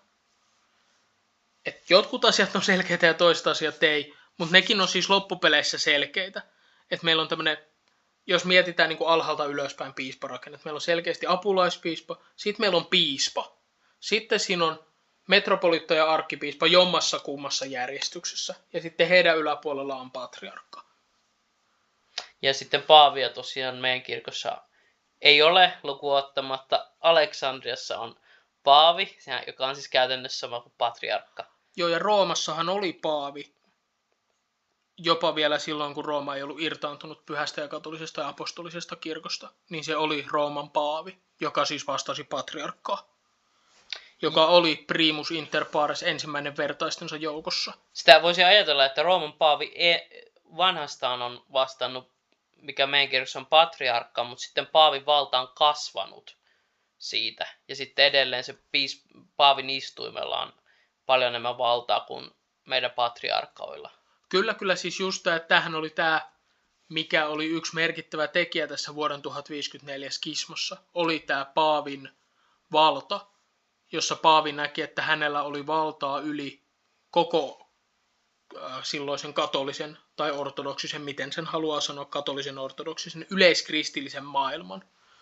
Et jotkut asiat on selkeitä ja toiset asiat ei, mutta nekin on siis loppupeleissä selkeitä. Että meillä on tämmöinen, jos mietitään niin kuin alhaalta ylöspäin piisparakenne, meillä on selkeästi apulaispiispa, sitten meillä on piispa. Sitten siinä on metropolitta ja arkkipiispa jommassa kummassa järjestyksessä. Ja sitten heidän yläpuolella on patriarkka. Ja sitten paavia tosiaan meidän kirkossa ei ole, lukuun ottamatta Aleksandriassa on paavi, joka on siis käytännössä sama kuin patriarkka. Joo, ja Roomassahan oli paavi. Jopa vielä silloin, kun Rooma ei ollut irtaantunut pyhästä ja katolisesta ja apostolisesta kirkosta, niin se oli Rooman paavi, joka siis vastasi patriarkkaa. Joka oli primus inter pares, ensimmäinen vertaistensa joukossa. Sitä voisi ajatella, että Rooman paavi vanhastaan on vastannut, mikä meidän kirjoissa on patriarkka, mutta sitten paavin valta on kasvanut siitä. Ja sitten edelleen se piis, paavin istuimella on paljon enemmän valtaa kuin meidän patriarkkoilla. Kyllä, kyllä siis just tämä, että tämähän oli tämä, mikä oli yksi merkittävä tekijä tässä vuoden tuhatviisikymmentäneljä skismassa, oli tämä paavin valta, jossa paavi näki, että hänellä oli valtaa yli koko äh, silloisen katolisen tai ortodoksisen, miten sen haluaa sanoa, katolisen ortodoksisen, yleiskristillisen maailman.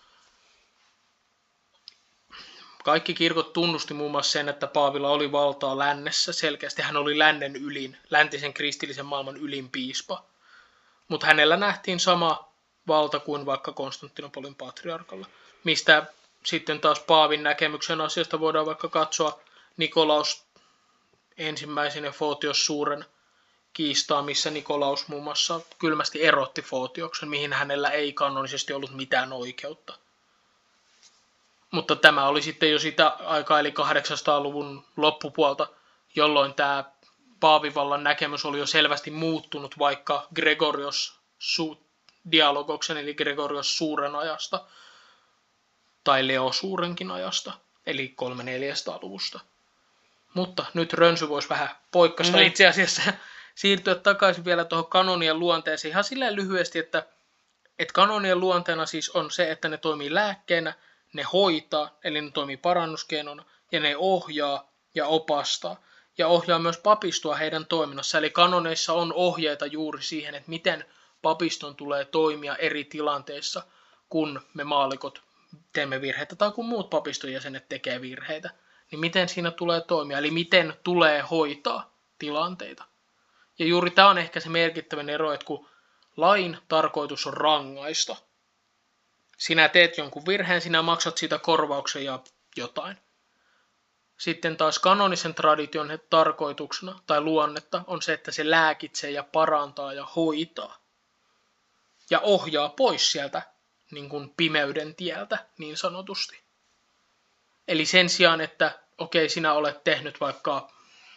Kaikki kirkot tunnusti muun muassa sen, että paavilla oli valtaa lännessä. Selkeästi hän oli lännen ylin, läntisen kristillisen maailman ylin piispa. Mutta hänellä nähtiin sama valta kuin vaikka Konstantinopolin patriarkalla, mistä sitten taas paavin näkemyksen asiasta voidaan vaikka katsoa Nikolaus ensimmäisen ja Footios suuren kiistaa, missä Nikolaus muun muassa kylmästi erotti Footioksen, mihin hänellä ei kanonisesti ollut mitään oikeutta. Mutta tämä oli sitten jo sitä aikaa, eli kahdeksansataaluvun loppupuolta, jolloin tämä paavivallan näkemys oli jo selvästi muuttunut vaikka Gregorios dialogoksen, eli Gregorios suuren ajasta, tai Leo suurenkin ajasta, eli kolme-neljäsataa-luvusta. Mutta nyt Rönsy voisi vähän poikkasta mm. itse asiassa siirtyä takaisin vielä tuohon kanonien luonteeseen. Ihan silleen lyhyesti, että, että kanonien luonteena siis on se, että ne toimii lääkkeenä, ne hoitaa, eli ne toimii parannuskeinona, ja ne ohjaa ja opastaa, ja ohjaa myös papistoa heidän toiminnassa. Eli kanoneissa on ohjeita juuri siihen, että miten papiston tulee toimia eri tilanteissa, kun me maallikot teemme virheitä tai kun muut papiston jäsenet tekee virheitä. Niin miten siinä tulee toimia, eli miten tulee hoitaa tilanteita. Ja juuri tämä on ehkä se merkittävän ero, että kun lain tarkoitus on rangaista, sinä teet jonkun virheen, sinä maksat siitä korvauksen ja jotain. Sitten taas kanonisen tradition tarkoituksena tai luonnetta on se, että se lääkitsee ja parantaa ja hoitaa. Ja ohjaa pois sieltä niin kuin pimeyden tieltä niin sanotusti. Eli sen sijaan, että okei, sinä olet tehnyt vaikka,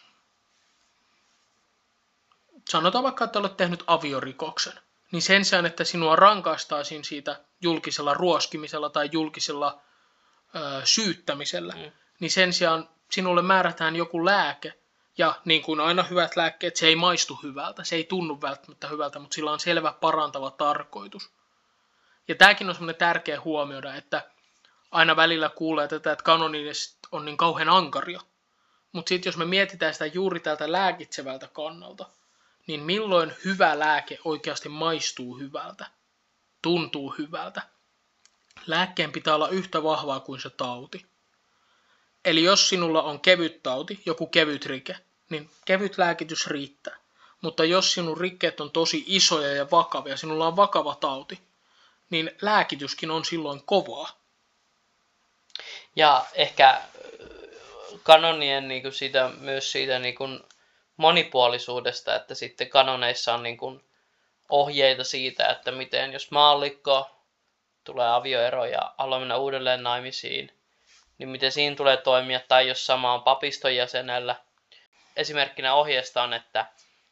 sanotaan vaikka, että olet tehnyt aviorikoksen, niin sen sijaan, että sinua rankaistaisiin siitä julkisella ruoskimisella tai julkisella ö, syyttämisellä, mm. niin sen sijaan sinulle määrätään joku lääke, ja niin kuin aina hyvät lääkkeet, se ei maistu hyvältä, se ei tunnu välttämättä hyvältä, mutta sillä on selvä parantava tarkoitus. Ja tämäkin on semmoinen tärkeä huomioida, että aina välillä kuulee tätä, että kanoniset on niin kauhean ankaria. Mutta sitten jos me mietitään sitä juuri tältä lääkitsevältä kannalta, niin milloin hyvä lääke oikeasti maistuu hyvältä, tuntuu hyvältä. Lääkkeen pitää olla yhtä vahvaa kuin se tauti. Eli jos sinulla on kevyt tauti, joku kevyt rike, niin kevyt lääkitys riittää. Mutta jos sinun rikkeet on tosi isoja ja vakavia, sinulla on vakava tauti, niin lääkityskin on silloin kovaa. Ja ehkä kanonien niin kuin siitä, myös siitä niin kuin monipuolisuudesta, että sitten kanoneissa on niin kuin ohjeita siitä, että miten jos maallikko tulee avioero ja haluaa mennä uudelleen naimisiin, niin miten siinä tulee toimia, tai jos sama on papiston jäsenellä. Esimerkkinä ohjeesta on, että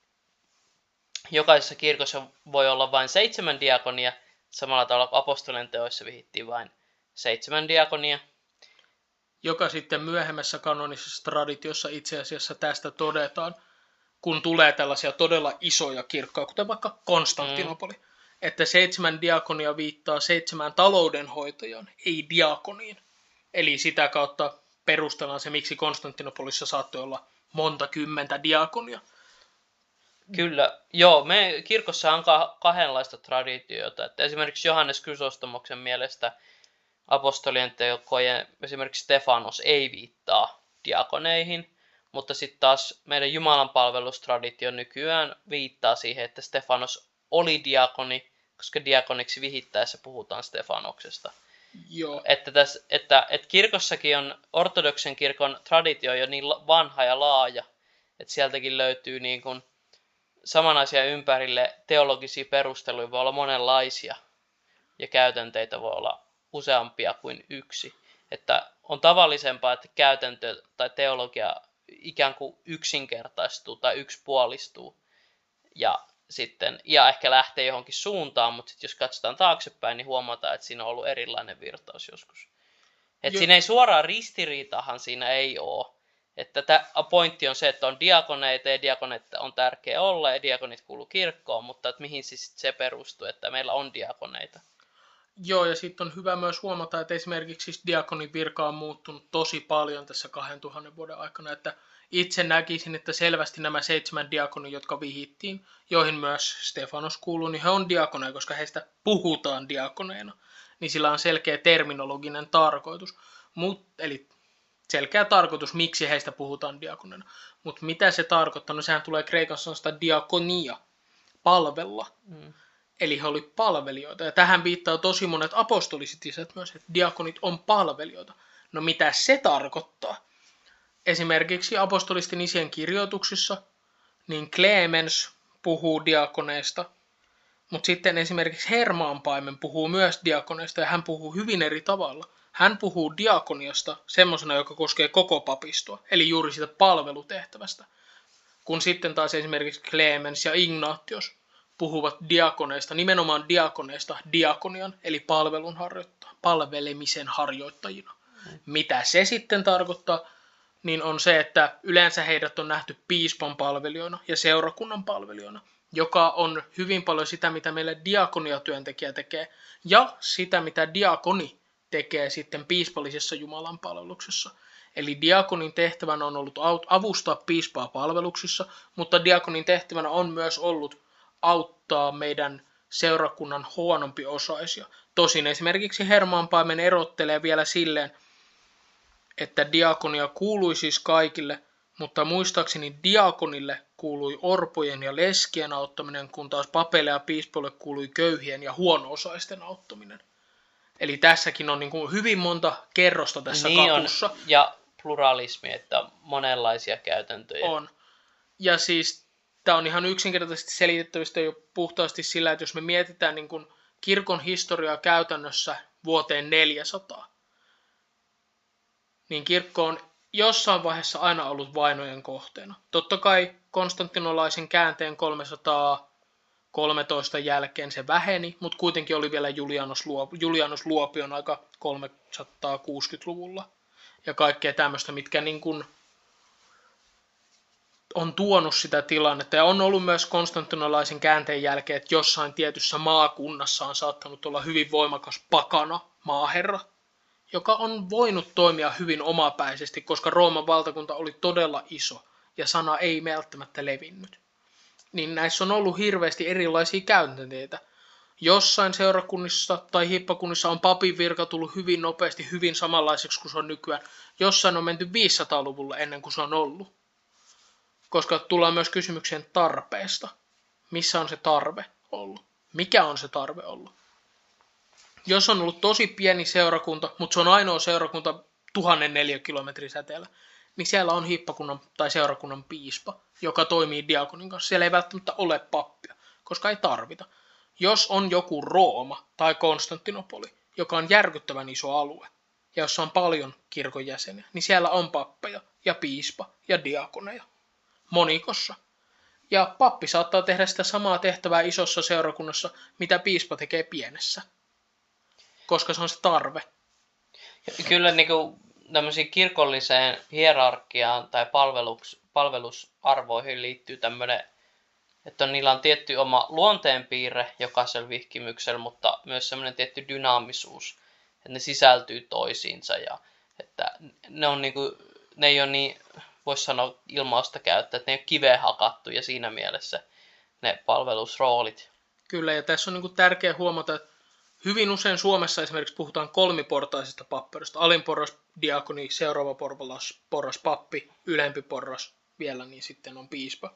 jokaisessa kirkossa voi olla vain seitsemän diakonia, samalla tavalla kuin apostolien teoissa vihittiin vain seitsemän diakonia. Joka sitten myöhemmässä kanonisessa traditiossa itse asiassa tästä todetaan, kun tulee tällaisia todella isoja kirkkoja, kuten vaikka Konstantinopoli, mm. että seitsemän diakonia viittaa seitsemään taloudenhoitajan, ei diakoniin. Eli sitä kautta perustellaan se, miksi Konstantinopolissa saattoi olla monta kymmentä diakonia. Kyllä, joo, me kirkossa on kahdenlaista traditiota. Että esimerkiksi Johannes Chrysostomoksen mielestä apostolien tekojen, esimerkiksi Stefanos ei viittaa diakoneihin, mutta sitten taas meidän Jumalan palvelustraditio nykyään viittaa siihen, että Stefanos oli diakoni, koska diakoniksi vihittäessä puhutaan Stefanoksesta. Joo. Että, tässä, että, että kirkossakin on ortodoksen kirkon traditio jo niin vanha ja laaja, että sieltäkin löytyy niin kuin samanaisia ympärille teologisia perusteluja voi olla monenlaisia ja käytänteitä voi olla useampia kuin yksi. Että on tavallisempaa, että käytäntö tai teologia ikään kuin yksinkertaistuu tai yksipuolistuu ja, sitten, ja ehkä lähtee johonkin suuntaan, mutta sitten jos katsotaan taaksepäin, niin huomataan, että siinä on ollut erilainen virtaus joskus. Että siinä ei suoraan ristiriitahan siinä ei ole. Että tämä pointti on se, että on diakoneita ja diakoneita on tärkeä olla ja diakonit kuuluu kirkkoon, mutta että mihin siis se perustuu, että meillä on diakoneita. Joo, ja sitten on hyvä myös huomata, että esimerkiksi siis diakonin virka on muuttunut tosi paljon tässä kahdentuhannen vuoden aikana, että itse näkisin, että selvästi nämä seitsemän diakonia, jotka vihittiin, joihin myös Stefanos kuuluu, niin he on diakoneja, koska heistä puhutaan diakoneina, niin sillä on selkeä terminologinen tarkoitus, Mut, eli selkeä tarkoitus, miksi heistä puhutaan diakoneina. Mutta mitä se tarkoittaa? No sehän tulee kreikan sanasta diakonia, palvella. Mm. Eli he olivat palvelijoita. Ja tähän viittaa tosi monet apostoliset isät myös, että diakonit on palvelijoita. No mitä se tarkoittaa? Esimerkiksi apostolisten isien kirjoituksissa, niin Clemens puhuu diakoneista, mutta sitten esimerkiksi Hermaanpaimen puhuu myös diakoneista, ja hän puhuu hyvin eri tavalla. Hän puhuu diakoniasta semmoisena, joka koskee koko papistoa, eli juuri siitä palvelutehtävästä. Kun sitten taas esimerkiksi Clemens ja Ignatius puhuvat diakoneista, nimenomaan diakoneista diakonian, eli palvelun harjoittaa, palvelemisen harjoittajina. Mm. Mitä se sitten tarkoittaa, niin on se, että yleensä heidät on nähty piispan palvelijoina ja seurakunnan palvelijoina, joka on hyvin paljon sitä, mitä meille diakoniatyöntekijä tekee, ja sitä, mitä diakoni tekee sitten piispallisessa Jumalan palveluksessa. Eli diakonin tehtävänä on ollut avustaa piispaa palveluksissa, mutta diakonin tehtävänä on myös ollut auttaa meidän seurakunnan huonompiosaisia. Tosin esimerkiksi Hermaanpaimen erottelee vielä silleen, että diakonia kuului siis kaikille, mutta muistaakseni diakonille kuului orpojen ja leskien auttaminen, kun taas papeille ja piispoille kuului köyhien ja huono-osaisten auttaminen. Eli tässäkin on niin kuin hyvin monta kerrosta tässä niin kapussa. On. Ja pluralismi, että monenlaisia käytäntöjä. On. Ja siis tämä on ihan yksinkertaisesti selitettävistä jo puhtaasti sillä, että jos me mietitään niin kuin kirkon historiaa käytännössä vuoteen neljäsataa, niin kirkko on jossain vaiheessa aina ollut vainojen kohteena. Totta kai konstantinolaisen käänteen kolmesataakolmetoista jälkeen se väheni, mutta kuitenkin oli vielä Julianus, Luop- Julianus Luopion aika kolmesataakuusikymmentäluvulla. Ja kaikkea tämmöistä, mitkä niin kuin on tuonut sitä tilannetta. Ja on ollut myös konstantinolaisen käänteen jälkeen, että jossain tietyssä maakunnassa on saattanut olla hyvin voimakas pakana, maaherra, joka on voinut toimia hyvin omapäisesti, koska Rooman valtakunta oli todella iso ja sana ei välttämättä levinnyt. Niin näissä on ollut hirveästi erilaisia käytänteitä. Jossain seurakunnissa tai hippakunnissa on papin virka tullut hyvin nopeasti, hyvin samanlaiseksi kuin se on nykyään. Jossain on menty viisisataaluvulle ennen kuin se on ollut. Koska tullaan myös kysymykseen tarpeesta. Missä on se tarve ollut? Mikä on se tarve ollut? Jos on ollut tosi pieni seurakunta, mutta se on ainoa seurakunta tuhannen neliökilometrin säteellä, niin siellä on hiippakunnan tai seurakunnan piispa, joka toimii diakonin kanssa. Siellä ei välttämättä ole pappia, koska ei tarvita. Jos on joku Rooma tai Konstantinopoli, joka on järkyttävän iso alue, ja jossa on paljon kirkon jäseniä, niin siellä on pappeja ja piispa ja diakoneja monikossa. Ja pappi saattaa tehdä sitä samaa tehtävää isossa seurakunnassa, mitä piispa tekee pienessä, koska se on se tarve. Kyllä niin kuin tämmöisiin kirkolliseen hierarkiaan tai palvelus, palvelusarvoihin liittyy tämmöinen, että on, niillä on tietty oma luonteenpiirre jokaisella vihkimyksellä, mutta myös semmoinen tietty dynaamisuus, että ne sisältyy toisiinsa ja että ne, on niin kuin, ne ei ole niin, voisi sanoa ilmausta käyttää, että ne ei ole kiveen hakattu ja siinä mielessä ne palvelusroolit. Kyllä, ja tässä on niin kuin tärkeää huomata, että hyvin usein Suomessa esimerkiksi puhutaan kolmiportaisesta papperista. Alin porras diakoni, seuraava porras, porras pappi, ylempi porras vielä, niin sitten on piispa.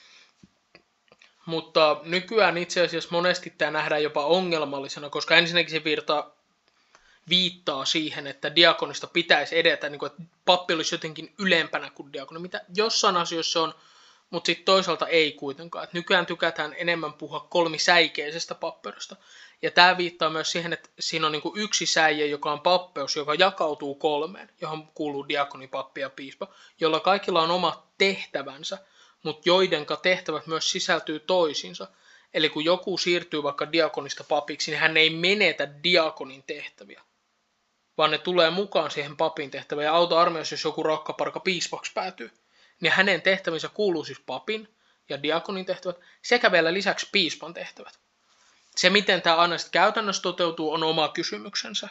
Mutta nykyään itse asiassa monesti tämä nähdään jopa ongelmallisena, koska ensinnäkin se virta viittaa siihen, että diakonista pitäisi edetä, niin kuin, että pappi olisi jotenkin ylempänä kuin diakoni, mitä jossain asioissa on, mutta sitten toisaalta ei kuitenkaan. Et nykyään tykätään enemmän puhua kolmisäikeisestä pappeudesta. Ja tämä viittaa myös siihen, että siinä on niin kuin yksi säie, joka on pappeus, joka jakautuu kolmeen, johon kuuluu diakoni, pappi ja piispa, jolla kaikilla on oma tehtävänsä, mutta joidenka tehtävät myös sisältyy toisiinsa. Eli kun joku siirtyy vaikka diakonista papiksi, niin hän ei menetä diakonin tehtäviä, vaan ne tulee mukaan siihen papin tehtävään. Ja auto-armeijassa, jos joku rokkaparka piispaksi päätyy, niin hänen tehtävinsä kuuluu siis papin ja diakonin tehtävät sekä vielä lisäksi piispan tehtävät. Se, miten tämä aina sitten käytännössä toteutuu, on oma kysymyksensä.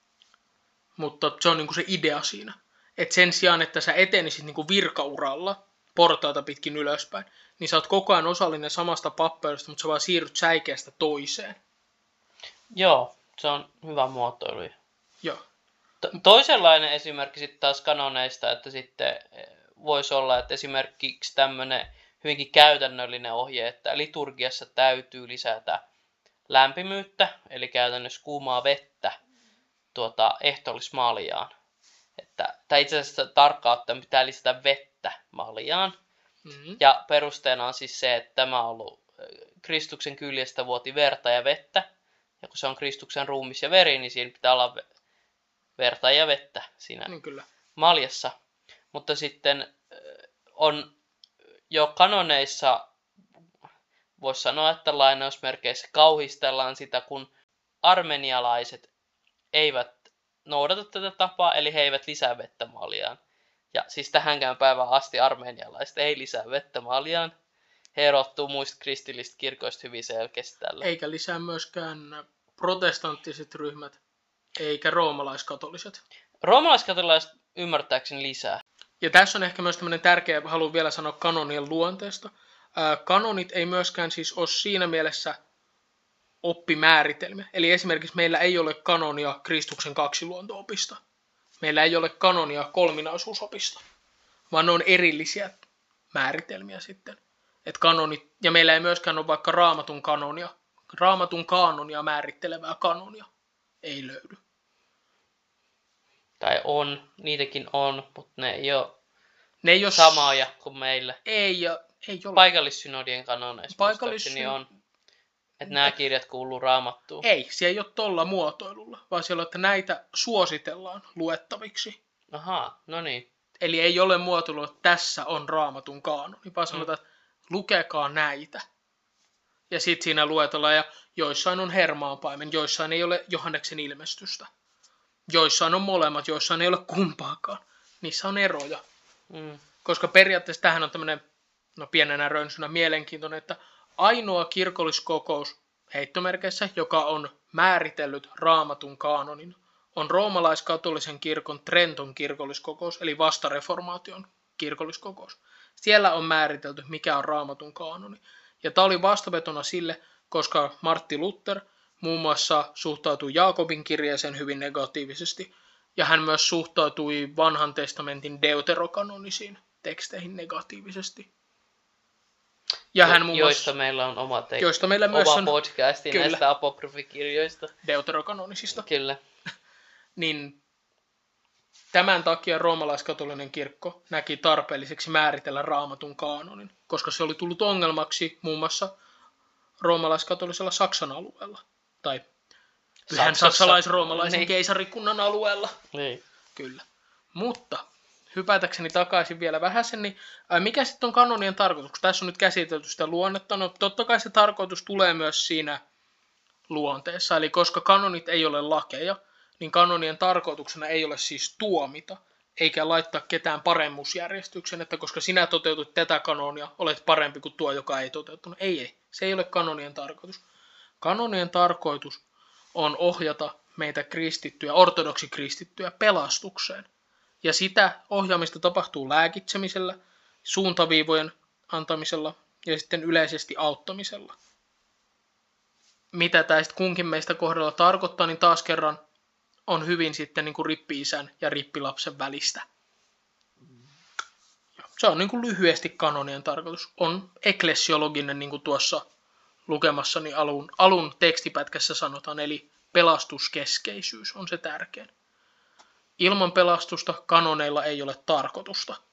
Mutta se on niinku se idea siinä. Että sen sijaan, että sä etenisit niinku virkauralla portaita pitkin ylöspäin, niin sä oot koko ajan osallinen samasta pappeudesta, mutta sä vaan siirryt säikeästä toiseen. Joo, se on hyvä muotoilu. Joo. To- toisenlainen esimerkki sitten taas kanoneista, että sitten voisi olla, että esimerkiksi tämmöinen hyvinkin käytännöllinen ohje, että liturgiassa täytyy lisätä lämpimyyttä, eli käytännössä kuumaa vettä tuota, ehtoollismaljaan. Että tämä itse asiassa tarkkaan ottaen pitää lisätä vettä maljaan. Mm-hmm. Ja perusteena on siis se, että tämä on ollut Kristuksen kyljestä vuoti verta ja vettä. Ja kun se on Kristuksen ruumis ja veri, niin siinä pitää olla verta ja vettä siinä niin kyllä. maljassa. Mutta sitten on jo kanoneissa, voisi sanoa, että lainausmerkeissä kauhistellaan sitä, kun armenialaiset eivät noudata tätä tapaa, eli he eivät lisää vettä maljaan. Ja siis tähänkään päivään asti armenialaiset ei lisää vettä maljaan. He erottuu muista kristillisistä kirkoista hyvin selkeästi tällä. Eikä lisää myöskään protestanttiset ryhmät, eikä roomalaiskatoliset. Roomalaiskatolaiset ymmärtääkseni lisää. Ja tässä on ehkä myös tämmöinen tärkeä, haluan vielä sanoa kanonien luonteesta. Kanonit ei myöskään siis ole siinä mielessä oppimääritelmiä. Eli esimerkiksi meillä ei ole kanonia Kristuksen kaksiluonto-opista. Meillä ei ole kanonia kolminaisuusopista, vaan ne on erillisiä määritelmiä sitten. Et kanonit, ja meillä ei myöskään ole vaikka raamatun kanonia, raamatun kaanonia määrittelevää kanonia ei löydy. Tai on, niitäkin on, mutta ne ei ole, ne ei ole samoja kuin meillä. Ei, ja, ei ole. Paikallissynodien kanoneissa Paikallis- on, että nämä kirjat kuuluu Raamattuun. Ei, se ei ole tolla muotoilulla, vaan siellä on, että näitä suositellaan luettaviksi. Ahaa, no niin. Eli ei ole muotoilu, että tässä on Raamatun kaanoni, vaan sanotaan, että lukekaa näitä. Ja sitten siinä luetellaan, ja joissain on Hermaanpaimen, joissain ei ole Johanneksen ilmestystä. Joissain on molemmat, joissain ei ole kumpaakaan. Niissä on eroja. Mm. Koska periaatteessa tämähän on tämmöinen, no pienenä rönsynä mielenkiintoinen, että ainoa kirkolliskokous heittomerkeissä, joka on määritellyt Raamatun kaanonin, on roomalaiskatolisen kirkon Trenton kirkolliskokous, eli vastareformaation kirkolliskokous. Siellä on määritelty, mikä on Raamatun kaanoni. Ja tämä oli vastavetona sille, koska Martti Luther muun muassa suhtautui Jaakobin kirjeeseen hyvin negatiivisesti, ja hän myös suhtautui vanhan testamentin deuterokanonisiin teksteihin negatiivisesti. Ja jo, hän muun joista muassa, meillä on oma, te- joista meillä oma myös on, podcasti kyllä, näistä apokryfikirjoista. Deuterokanonisista. Kyllä. Niin Tämän takia roomalaiskatolinen kirkko näki tarpeelliseksi määritellä raamatun kaanonin, koska se oli tullut ongelmaksi muun muassa roomalaiskatolisella Saksan alueella. Tai pyhän saksalais-roomalaisen niin. keisarikunnan alueella. Niin. Kyllä. Mutta hypätäkseni takaisin vielä vähäsen, niin ää, mikä sitten on kanonien tarkoitus? Kun tässä on nyt käsitelty sitä luonnetta, no totta kai se tarkoitus tulee myös siinä luonteessa. Eli koska kanonit ei ole lakeja, niin kanonien tarkoituksena ei ole siis tuomita, eikä laittaa ketään paremmuusjärjestyksen, että koska sinä toteutut tätä kanonia, olet parempi kuin tuo, joka ei toteutunut. Ei, ei. Se ei ole kanonien tarkoitus. Kanonien tarkoitus on ohjata meitä kristittyjä, ortodoksikristittyjä pelastukseen. Ja sitä ohjaamista tapahtuu lääkitsemisellä, suuntaviivojen antamisella ja sitten yleisesti auttamisella. Mitä tämä sitten kunkin meistä kohdalla tarkoittaa, niin taas kerran on hyvin sitten niin kuin rippi-isän ja rippilapsen välistä. Se on niin kuin lyhyesti kanonien tarkoitus. On eklesiologinen, niin kuin tuossa lukemassani alun, alun tekstipätkässä sanotaan, eli pelastuskeskeisyys on se tärkein. Ilman pelastusta kanoneilla ei ole tarkoitusta.